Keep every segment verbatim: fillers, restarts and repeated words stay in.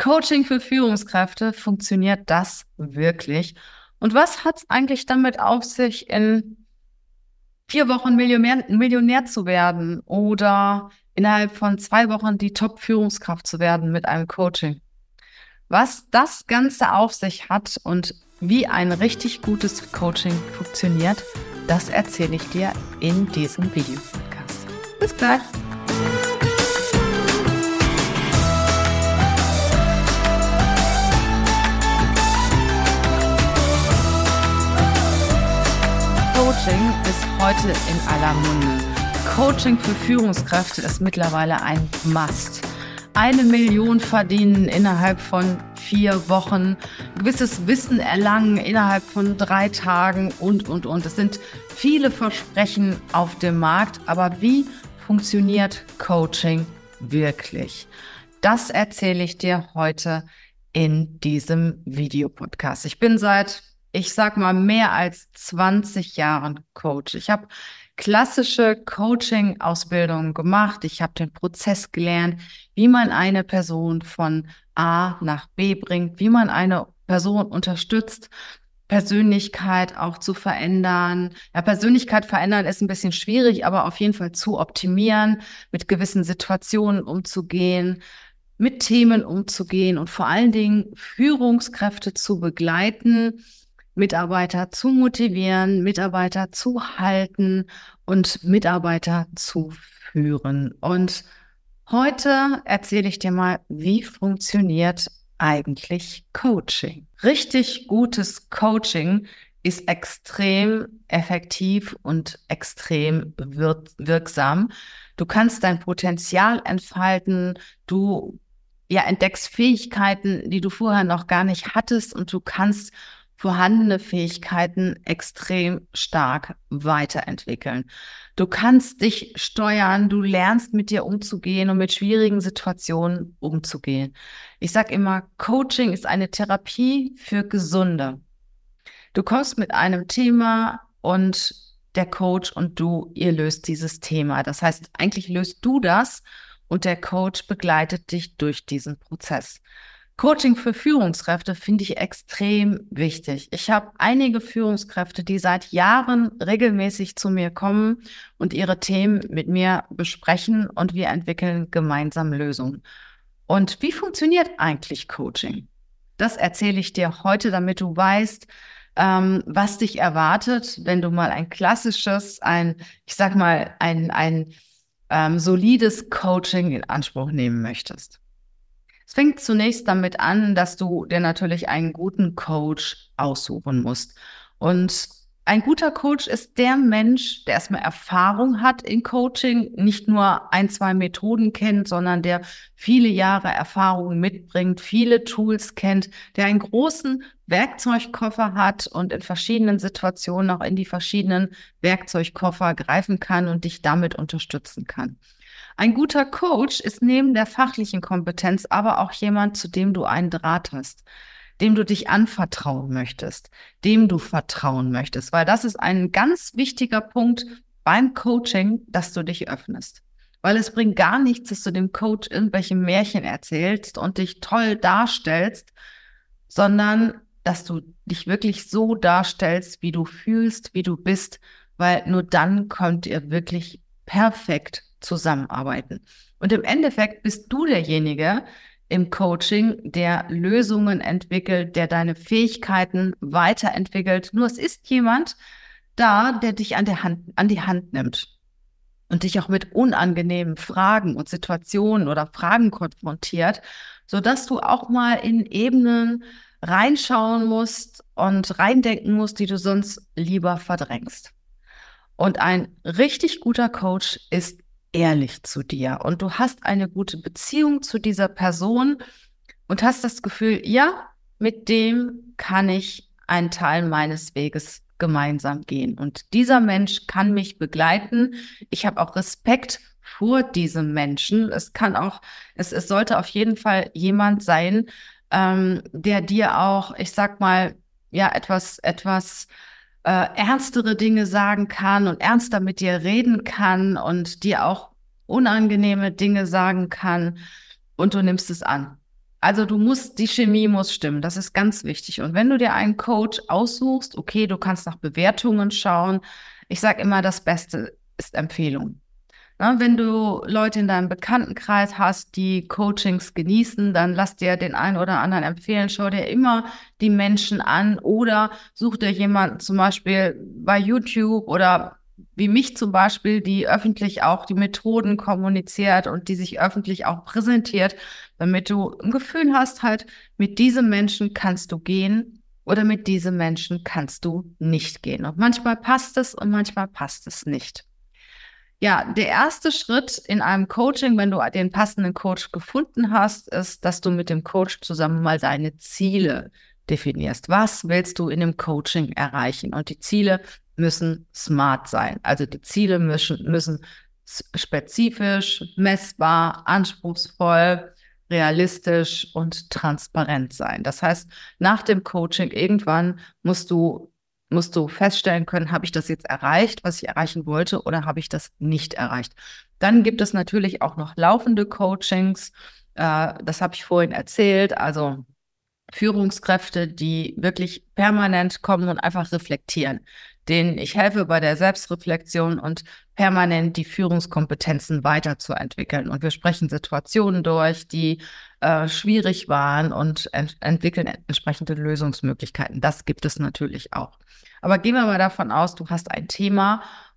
Coaching für Führungskräfte, funktioniert das wirklich? Und was hat es eigentlich damit auf sich, in vier Wochen Millionär, Millionär zu werden oder innerhalb von zwei Wochen die Top-Führungskraft zu werden mit einem Coaching? Was das Ganze auf sich hat und wie ein richtig gutes Coaching funktioniert, das erzähle ich dir in diesem Video-Podcast. Bis gleich! Coaching ist heute in aller Munde. Coaching für Führungskräfte ist mittlerweile ein Must. Eine Million verdienen innerhalb von vier Wochen, gewisses Wissen erlangen innerhalb von drei Tagen und, und, und. Es sind viele Versprechen auf dem Markt, aber wie funktioniert Coaching wirklich? Das erzähle ich dir heute in diesem Videopodcast. Ich bin seit Ich sag mal, mehr als zwanzig Jahren Coach. Ich habe klassische Coaching-Ausbildungen gemacht. Ich habe den Prozess gelernt, wie man eine Person von A nach B bringt, wie man eine Person unterstützt, Persönlichkeit auch zu verändern. Ja, Persönlichkeit verändern ist ein bisschen schwierig, aber auf jeden Fall zu optimieren, mit gewissen Situationen umzugehen, mit Themen umzugehen und vor allen Dingen Führungskräfte zu begleiten, Mitarbeiter zu motivieren, Mitarbeiter zu halten und Mitarbeiter zu führen. Und heute erzähle ich dir mal, wie funktioniert eigentlich Coaching. Richtig gutes Coaching ist extrem effektiv und extrem wir- wirksam. Du kannst dein Potenzial entfalten, du ja, entdeckst Fähigkeiten, die du vorher noch gar nicht hattest, und du kannst vorhandene Fähigkeiten extrem stark weiterentwickeln. Du kannst dich steuern, du lernst mit dir umzugehen und mit schwierigen Situationen umzugehen. Ich sage immer, Coaching ist eine Therapie für Gesunde. Du kommst mit einem Thema und der Coach und du, ihr löst dieses Thema. Das heißt, eigentlich löst du das und der Coach begleitet dich durch diesen Prozess. Coaching für Führungskräfte finde ich extrem wichtig. Ich habe einige Führungskräfte, die seit Jahren regelmäßig zu mir kommen und ihre Themen mit mir besprechen, und wir entwickeln gemeinsam Lösungen. Und wie funktioniert eigentlich Coaching? Das erzähle ich dir heute, damit du weißt, ähm, was dich erwartet, wenn du mal ein klassisches, ein, ich sag mal, ein, ein ähm, solides Coaching in Anspruch nehmen möchtest. Es fängt zunächst damit an, dass du dir natürlich einen guten Coach aussuchen musst. Und ein guter Coach ist der Mensch, der erstmal Erfahrung hat in Coaching, nicht nur ein, zwei Methoden kennt, sondern der viele Jahre Erfahrung mitbringt, viele Tools kennt, der einen großen Werkzeugkoffer hat und in verschiedenen Situationen auch in die verschiedenen Werkzeugkoffer greifen kann und dich damit unterstützen kann. Ein guter Coach ist neben der fachlichen Kompetenz aber auch jemand, zu dem du einen Draht hast, dem du dich anvertrauen möchtest, dem du vertrauen möchtest, weil das ist ein ganz wichtiger Punkt beim Coaching, dass du dich öffnest. Weil es bringt gar nichts, dass du dem Coach irgendwelche Märchen erzählst und dich toll darstellst, sondern dass du dich wirklich so darstellst, wie du fühlst, wie du bist, weil nur dann könnt ihr wirklich perfekt zusammenarbeiten. Und im Endeffekt bist du derjenige im Coaching, der Lösungen entwickelt, der deine Fähigkeiten weiterentwickelt. Nur es ist jemand da, der dich an der Hand, an die Hand nimmt und dich auch mit unangenehmen Fragen und Situationen oder Fragen konfrontiert, sodass du auch mal in Ebenen reinschauen musst und reindenken musst, die du sonst lieber verdrängst. Und ein richtig guter Coach ist ehrlich zu dir und du hast eine gute Beziehung zu dieser Person und hast das Gefühl, ja, mit dem kann ich einen Teil meines Weges gemeinsam gehen. Und dieser Mensch kann mich begleiten. Ich habe auch Respekt vor diesem Menschen. Es kann auch, es, es sollte auf jeden Fall jemand sein, ähm, der dir auch, ich sag mal, ja, etwas, etwas äh, ernstere Dinge sagen kann und ernster mit dir reden kann und dir auch unangenehme Dinge sagen kann und du nimmst es an. Also du musst, die Chemie muss stimmen, das ist ganz wichtig. Und wenn du dir einen Coach aussuchst, okay, du kannst nach Bewertungen schauen. Ich sage immer, das Beste ist Empfehlung. Na, wenn du Leute in deinem Bekanntenkreis hast, die Coachings genießen, dann lass dir den einen oder anderen empfehlen. Schau dir immer die Menschen an oder such dir jemanden zum Beispiel bei YouTube oder wie mich zum Beispiel, die öffentlich auch die Methoden kommuniziert und die sich öffentlich auch präsentiert, damit du ein Gefühl hast, halt, mit diesem Menschen kannst du gehen oder mit diesem Menschen kannst du nicht gehen. Und manchmal passt es und manchmal passt es nicht. Ja, der erste Schritt in einem Coaching, wenn du den passenden Coach gefunden hast, ist, dass du mit dem Coach zusammen mal deine Ziele definierst. Was willst du in dem Coaching erreichen? Und die Ziele müssen smart sein. Also die Ziele müssen, müssen spezifisch, messbar, anspruchsvoll, realistisch und transparent sein. Das heißt, nach dem Coaching irgendwann musst du musst du feststellen können, habe ich das jetzt erreicht, was ich erreichen wollte, oder habe ich das nicht erreicht. Dann gibt es natürlich auch noch laufende Coachings. Äh, das habe ich vorhin erzählt. Also Führungskräfte, die wirklich permanent kommen und einfach reflektieren, denen ich helfe bei der Selbstreflexion und permanent die Führungskompetenzen weiterzuentwickeln. Und wir sprechen Situationen durch, die äh, schwierig waren und ent entwickeln entsprechende Lösungsmöglichkeiten. Das gibt es natürlich auch. Aber gehen wir mal davon aus, du hast ein Thema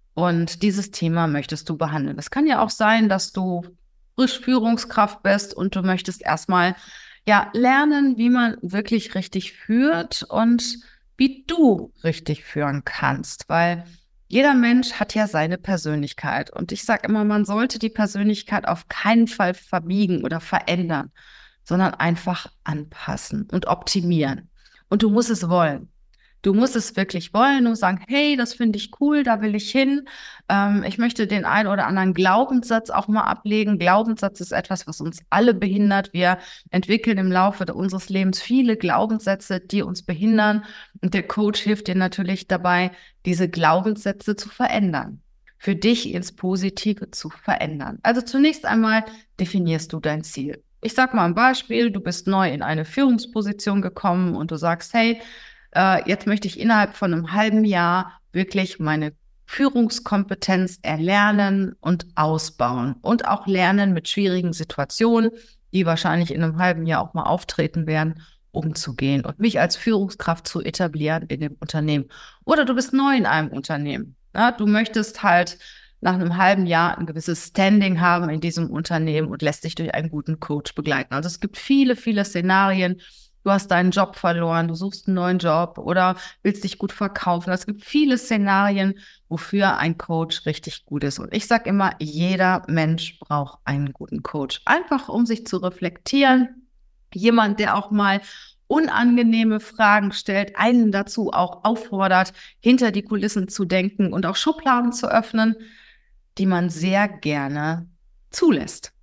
und dieses Thema möchtest du behandeln. Es kann ja auch sein, dass du frisch Führungskraft bist und du möchtest erstmal ja, lernen, wie man wirklich richtig führt und wie du richtig führen kannst, weil jeder Mensch hat ja seine Persönlichkeit. Und ich sage immer, man sollte die Persönlichkeit auf keinen Fall verbiegen oder verändern, sondern einfach anpassen und optimieren. Und du musst es wollen. Du musst es wirklich wollen und sagen, hey, das finde ich cool, da will ich hin. Ähm, ich möchte den einen oder anderen Glaubenssatz auch mal ablegen. Glaubenssatz ist etwas, was uns alle behindert. Wir entwickeln im Laufe unseres Lebens viele Glaubenssätze, die uns behindern. Und der Coach hilft dir natürlich dabei, diese Glaubenssätze zu verändern, für dich ins Positive zu verändern. Also zunächst einmal definierst du dein Ziel. Ich sage mal ein Beispiel, du bist neu in eine Führungsposition gekommen und du sagst, hey, Uh, jetzt möchte ich innerhalb von einem halben Jahr wirklich meine Führungskompetenz erlernen und ausbauen und auch lernen, mit schwierigen Situationen, die wahrscheinlich in einem halben Jahr auch mal auftreten werden, umzugehen und mich als Führungskraft zu etablieren in dem Unternehmen. Oder du bist neu in einem Unternehmen. Ja, du möchtest halt nach einem halben Jahr ein gewisses Standing haben in diesem Unternehmen und lässt dich durch einen guten Coach begleiten. Also es gibt viele, viele Szenarien. Du hast deinen Job verloren, du suchst einen neuen Job oder willst dich gut verkaufen. Es gibt viele Szenarien, wofür ein Coach richtig gut ist. Und ich sage immer, jeder Mensch braucht einen guten Coach. Einfach, um sich zu reflektieren. Jemand, der auch mal unangenehme Fragen stellt, einen dazu auch auffordert, hinter die Kulissen zu denken und auch Schubladen zu öffnen, die man sehr gerne zulässt.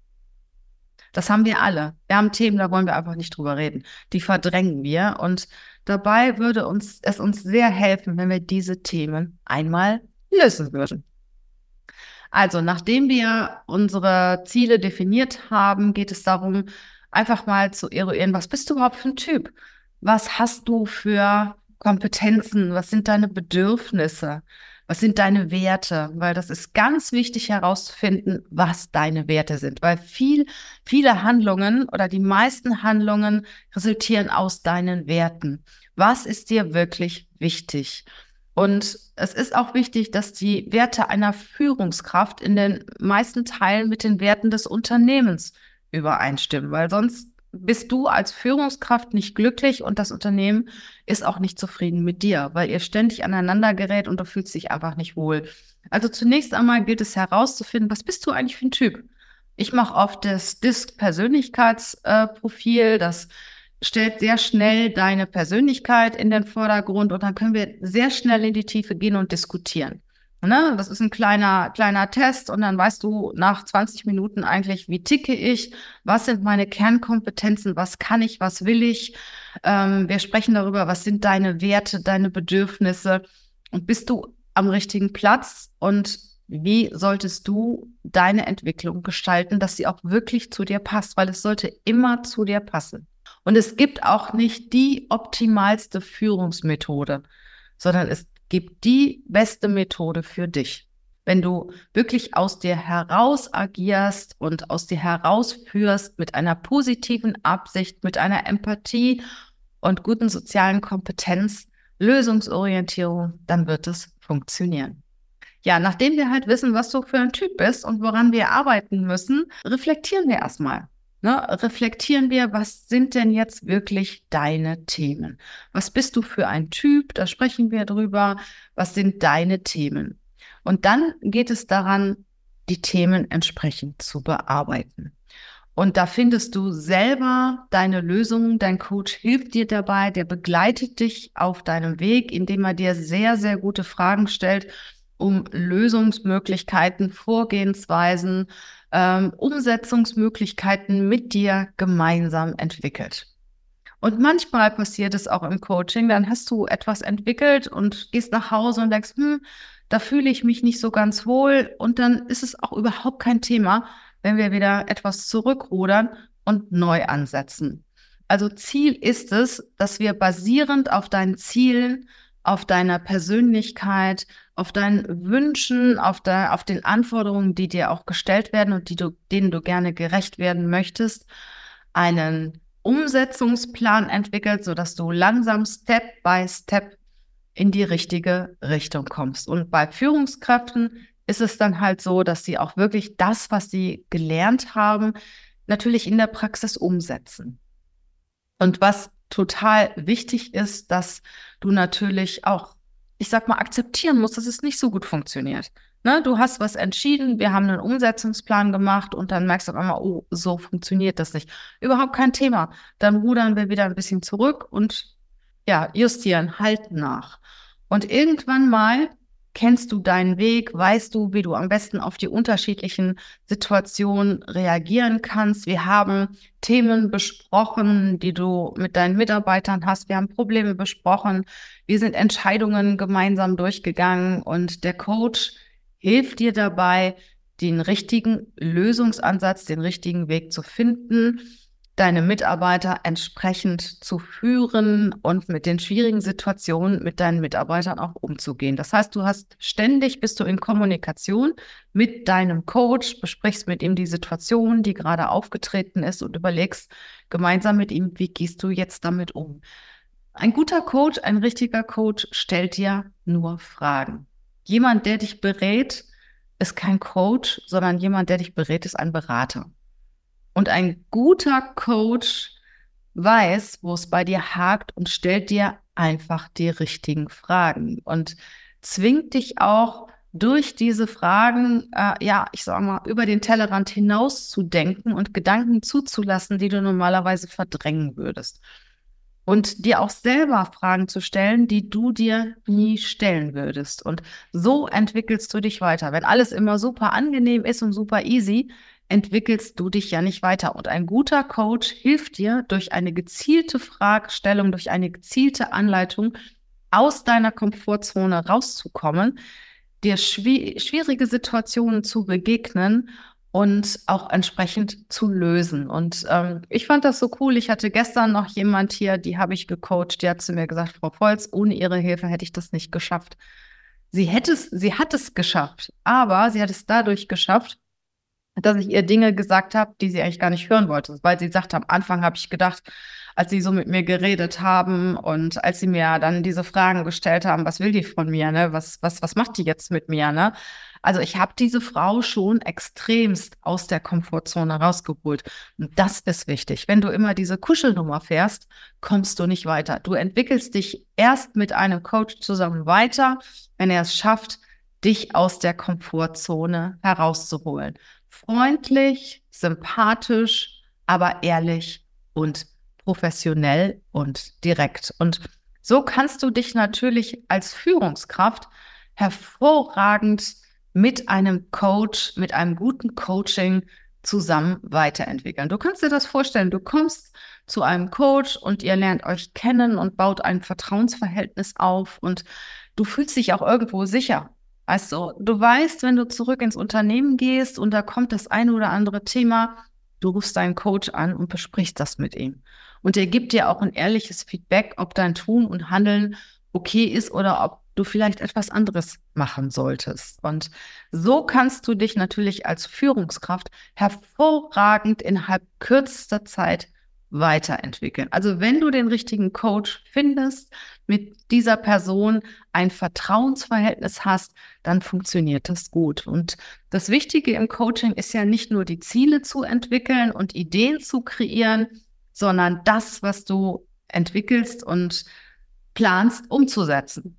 Das haben wir alle. Wir haben Themen, da wollen wir einfach nicht drüber reden. Die verdrängen wir. Und dabei würde uns, es uns sehr helfen, wenn wir diese Themen einmal lösen würden. Also, nachdem wir unsere Ziele definiert haben, geht es darum, einfach mal zu eruieren, was bist du überhaupt für ein Typ? Was hast du für Kompetenzen? Was sind deine Bedürfnisse? Was sind deine Werte? Weil das ist ganz wichtig herauszufinden, was deine Werte sind. Weil viel, viele Handlungen oder die meisten Handlungen resultieren aus deinen Werten. Was ist dir wirklich wichtig? Und es ist auch wichtig, dass die Werte einer Führungskraft in den meisten Teilen mit den Werten des Unternehmens übereinstimmen, weil sonst bist du als Führungskraft nicht glücklich und das Unternehmen ist auch nicht zufrieden mit dir, weil ihr ständig aneinander gerät und du fühlst dich einfach nicht wohl. Also zunächst einmal gilt es herauszufinden, was bist du eigentlich für ein Typ? Ich mache oft das D I S C-Persönlichkeitsprofil, das stellt sehr schnell deine Persönlichkeit in den Vordergrund und dann können wir sehr schnell in die Tiefe gehen und diskutieren. Ne? Das ist ein kleiner, kleiner Test und dann weißt du nach zwanzig Minuten eigentlich, wie ticke ich, was sind meine Kernkompetenzen, was kann ich, was will ich. Ähm, wir sprechen darüber, was sind deine Werte, deine Bedürfnisse und bist du am richtigen Platz und wie solltest du deine Entwicklung gestalten, dass sie auch wirklich zu dir passt, weil es sollte immer zu dir passen. Und es gibt auch nicht die optimalste Führungsmethode, sondern es gibt die beste Methode für dich. Wenn du wirklich aus dir heraus agierst und aus dir herausführst mit einer positiven Absicht, mit einer Empathie und guten sozialen Kompetenz, Lösungsorientierung, dann wird es funktionieren. Ja, nachdem wir halt wissen, was du für ein Typ bist und woran wir arbeiten müssen, reflektieren wir erstmal. Ne? Reflektieren wir, was sind denn jetzt wirklich deine Themen? Was bist du für ein Typ? Da sprechen wir drüber. Was sind deine Themen? Und dann geht es daran, die Themen entsprechend zu bearbeiten. Und da findest du selber deine Lösungen. Dein Coach hilft dir dabei, der begleitet dich auf deinem Weg, indem er dir sehr, sehr gute Fragen stellt, um Lösungsmöglichkeiten, Vorgehensweisen, ähm, Umsetzungsmöglichkeiten mit dir gemeinsam entwickelt. Und manchmal passiert es auch im Coaching, dann hast du etwas entwickelt und gehst nach Hause und denkst, hm, da fühle ich mich nicht so ganz wohl. Und dann ist es auch überhaupt kein Thema, wenn wir wieder etwas zurückrudern und neu ansetzen. Also Ziel ist es, dass wir basierend auf deinen Zielen, auf deiner Persönlichkeit, auf deinen Wünschen, auf, der, auf den Anforderungen, die dir auch gestellt werden und die du, denen du gerne gerecht werden möchtest, einen Umsetzungsplan entwickelt, sodass du langsam Step by Step in die richtige Richtung kommst. Und bei Führungskräften ist es dann halt so, dass sie auch wirklich das, was sie gelernt haben, natürlich in der Praxis umsetzen. Und was total wichtig ist, dass du natürlich auch, ich sag mal, akzeptieren musst, dass es nicht so gut funktioniert. Ne? Du hast was entschieden, wir haben einen Umsetzungsplan gemacht und dann merkst du auf einmal, oh, so funktioniert das nicht. Überhaupt kein Thema. Dann rudern wir wieder ein bisschen zurück und ja, justieren, halten nach. Und irgendwann mal kennst du deinen Weg, weißt du, wie du am besten auf die unterschiedlichen Situationen reagieren kannst. Wir haben Themen besprochen, die du mit deinen Mitarbeitern hast. Wir haben Probleme besprochen. Wir sind Entscheidungen gemeinsam durchgegangen und der Coach hilft dir dabei, den richtigen Lösungsansatz, den richtigen Weg zu finden, deine Mitarbeiter entsprechend zu führen und mit den schwierigen Situationen mit deinen Mitarbeitern auch umzugehen. Das heißt, du hast ständig, bist du in Kommunikation mit deinem Coach, besprichst mit ihm die Situation, die gerade aufgetreten ist und überlegst gemeinsam mit ihm, wie gehst du jetzt damit um? Ein guter Coach, ein richtiger Coach stellt dir nur Fragen. Jemand, der dich berät, ist kein Coach, sondern jemand, der dich berät, ist ein Berater. Und ein guter Coach weiß, wo es bei dir hakt und stellt dir einfach die richtigen Fragen und zwingt dich auch durch diese Fragen, äh, ja, ich sag mal, über den Tellerrand hinaus zu denken und Gedanken zuzulassen, die du normalerweise verdrängen würdest. Und dir auch selber Fragen zu stellen, die du dir nie stellen würdest. Und so entwickelst du dich weiter. Wenn alles immer super angenehm ist und super easy, entwickelst du dich ja nicht weiter. Und ein guter Coach hilft dir durch eine gezielte Fragestellung, durch eine gezielte Anleitung aus deiner Komfortzone rauszukommen, dir schwi- schwierige Situationen zu begegnen und auch entsprechend zu lösen. Und ähm, ich fand das so cool. Ich hatte gestern noch jemand hier, die habe ich gecoacht, die hat zu mir gesagt, Frau Volz, ohne Ihre Hilfe hätte ich das nicht geschafft. Sie hätte es, sie hat es geschafft, aber sie hat es dadurch geschafft, dass ich ihr Dinge gesagt habe, die sie eigentlich gar nicht hören wollte. Weil sie sagte, am Anfang habe ich gedacht, als sie so mit mir geredet haben und als sie mir dann diese Fragen gestellt haben, was will die von mir, ne? Was, was, was macht die jetzt mit mir, ne? Also ich habe diese Frau schon extremst aus der Komfortzone rausgeholt. Und das ist wichtig. Wenn du immer diese Kuschelnummer fährst, kommst du nicht weiter. Du entwickelst dich erst mit einem Coach zusammen weiter, wenn er es schafft, dich aus der Komfortzone herauszuholen. Freundlich, sympathisch, aber ehrlich und professionell und direkt. Und so kannst du dich natürlich als Führungskraft hervorragend mit einem Coach, mit einem guten Coaching zusammen weiterentwickeln. Du kannst dir das vorstellen, du kommst zu einem Coach und ihr lernt euch kennen und baut ein Vertrauensverhältnis auf und du fühlst dich auch irgendwo sicher. Also, du weißt, wenn du zurück ins Unternehmen gehst und da kommt das eine oder andere Thema, du rufst deinen Coach an und besprichst das mit ihm. Und er gibt dir auch ein ehrliches Feedback, ob dein Tun und Handeln okay ist oder ob du vielleicht etwas anderes machen solltest. Und so kannst du dich natürlich als Führungskraft hervorragend innerhalb kürzester Zeit weiterentwickeln. Also wenn du den richtigen Coach findest, mit dieser Person ein Vertrauensverhältnis hast, dann funktioniert das gut. Und das Wichtige im Coaching ist ja nicht nur die Ziele zu entwickeln und Ideen zu kreieren, sondern das, was du entwickelst und planst, umzusetzen.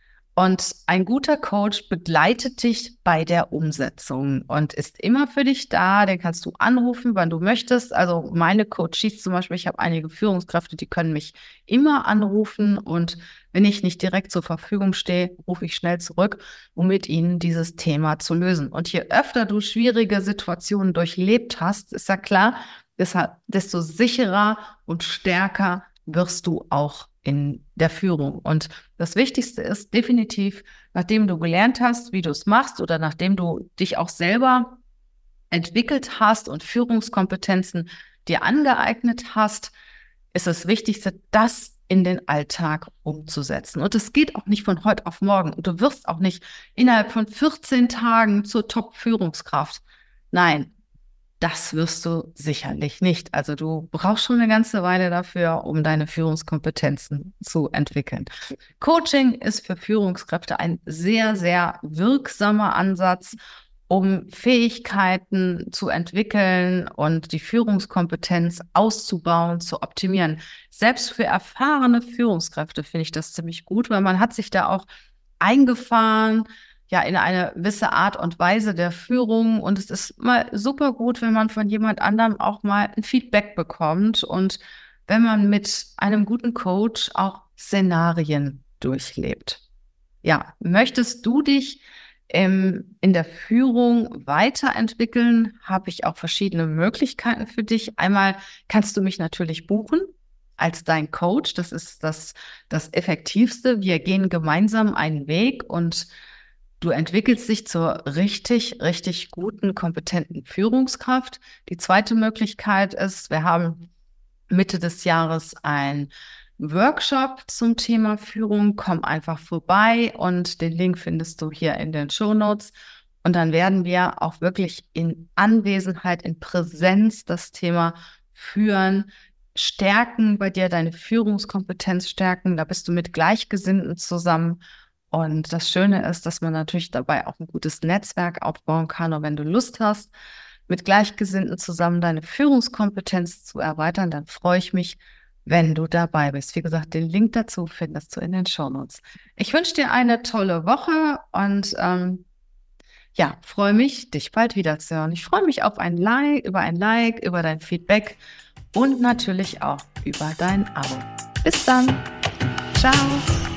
Und ein guter Coach begleitet dich bei der Umsetzung und ist immer für dich da. Den kannst du anrufen, wann du möchtest. Also meine Coaches zum Beispiel, ich habe einige Führungskräfte, die können mich immer anrufen. Und wenn ich nicht direkt zur Verfügung stehe, rufe ich schnell zurück, um mit ihnen dieses Thema zu lösen. Und je öfter du schwierige Situationen durchlebt hast, ist ja klar, deshalb, desto sicherer und stärker wirst du auch in der Führung. Und das Wichtigste ist definitiv, nachdem du gelernt hast, wie du es machst oder nachdem du dich auch selber entwickelt hast und Führungskompetenzen dir angeeignet hast, ist das Wichtigste, das in den Alltag umzusetzen. Und es geht auch nicht von heute auf morgen. Und du wirst auch nicht innerhalb von vierzehn Tagen zur Top-Führungskraft. Nein, das wirst du sicherlich nicht. Also du brauchst schon eine ganze Weile dafür, um deine Führungskompetenzen zu entwickeln. Coaching ist für Führungskräfte ein sehr, sehr wirksamer Ansatz, um Fähigkeiten zu entwickeln und die Führungskompetenz auszubauen, zu optimieren. Selbst für erfahrene Führungskräfte finde ich das ziemlich gut, weil man hat sich da auch eingefahren, ja, in eine gewisse Art und Weise der Führung. Und es ist mal super gut, wenn man von jemand anderem auch mal ein Feedback bekommt und wenn man mit einem guten Coach auch Szenarien durchlebt. Ja, möchtest du dich ähm, in der Führung weiterentwickeln, habe ich auch verschiedene Möglichkeiten für dich. Einmal kannst du mich natürlich buchen als dein Coach. Das ist das, das Effektivste. Wir gehen gemeinsam einen Weg und du entwickelst dich zur richtig, richtig guten, kompetenten Führungskraft. Die zweite Möglichkeit ist, wir haben Mitte des Jahres ein Workshop zum Thema Führung. Komm einfach vorbei und den Link findest du hier in den Shownotes. Und dann werden wir auch wirklich in Anwesenheit, in Präsenz das Thema führen, stärken bei dir, deine Führungskompetenz stärken. Da bist du mit Gleichgesinnten zusammen. Und das Schöne ist, dass man natürlich dabei auch ein gutes Netzwerk aufbauen kann. Und wenn du Lust hast, mit Gleichgesinnten zusammen deine Führungskompetenz zu erweitern, dann freue ich mich, wenn du dabei bist. Wie gesagt, den Link dazu findest du in den Shownotes. Ich wünsche dir eine tolle Woche und ähm, ja, freue mich, dich bald wiederzuhören. Ich freue mich auf ein Like, über ein Like, über dein Feedback und natürlich auch über dein Abo. Bis dann. Ciao.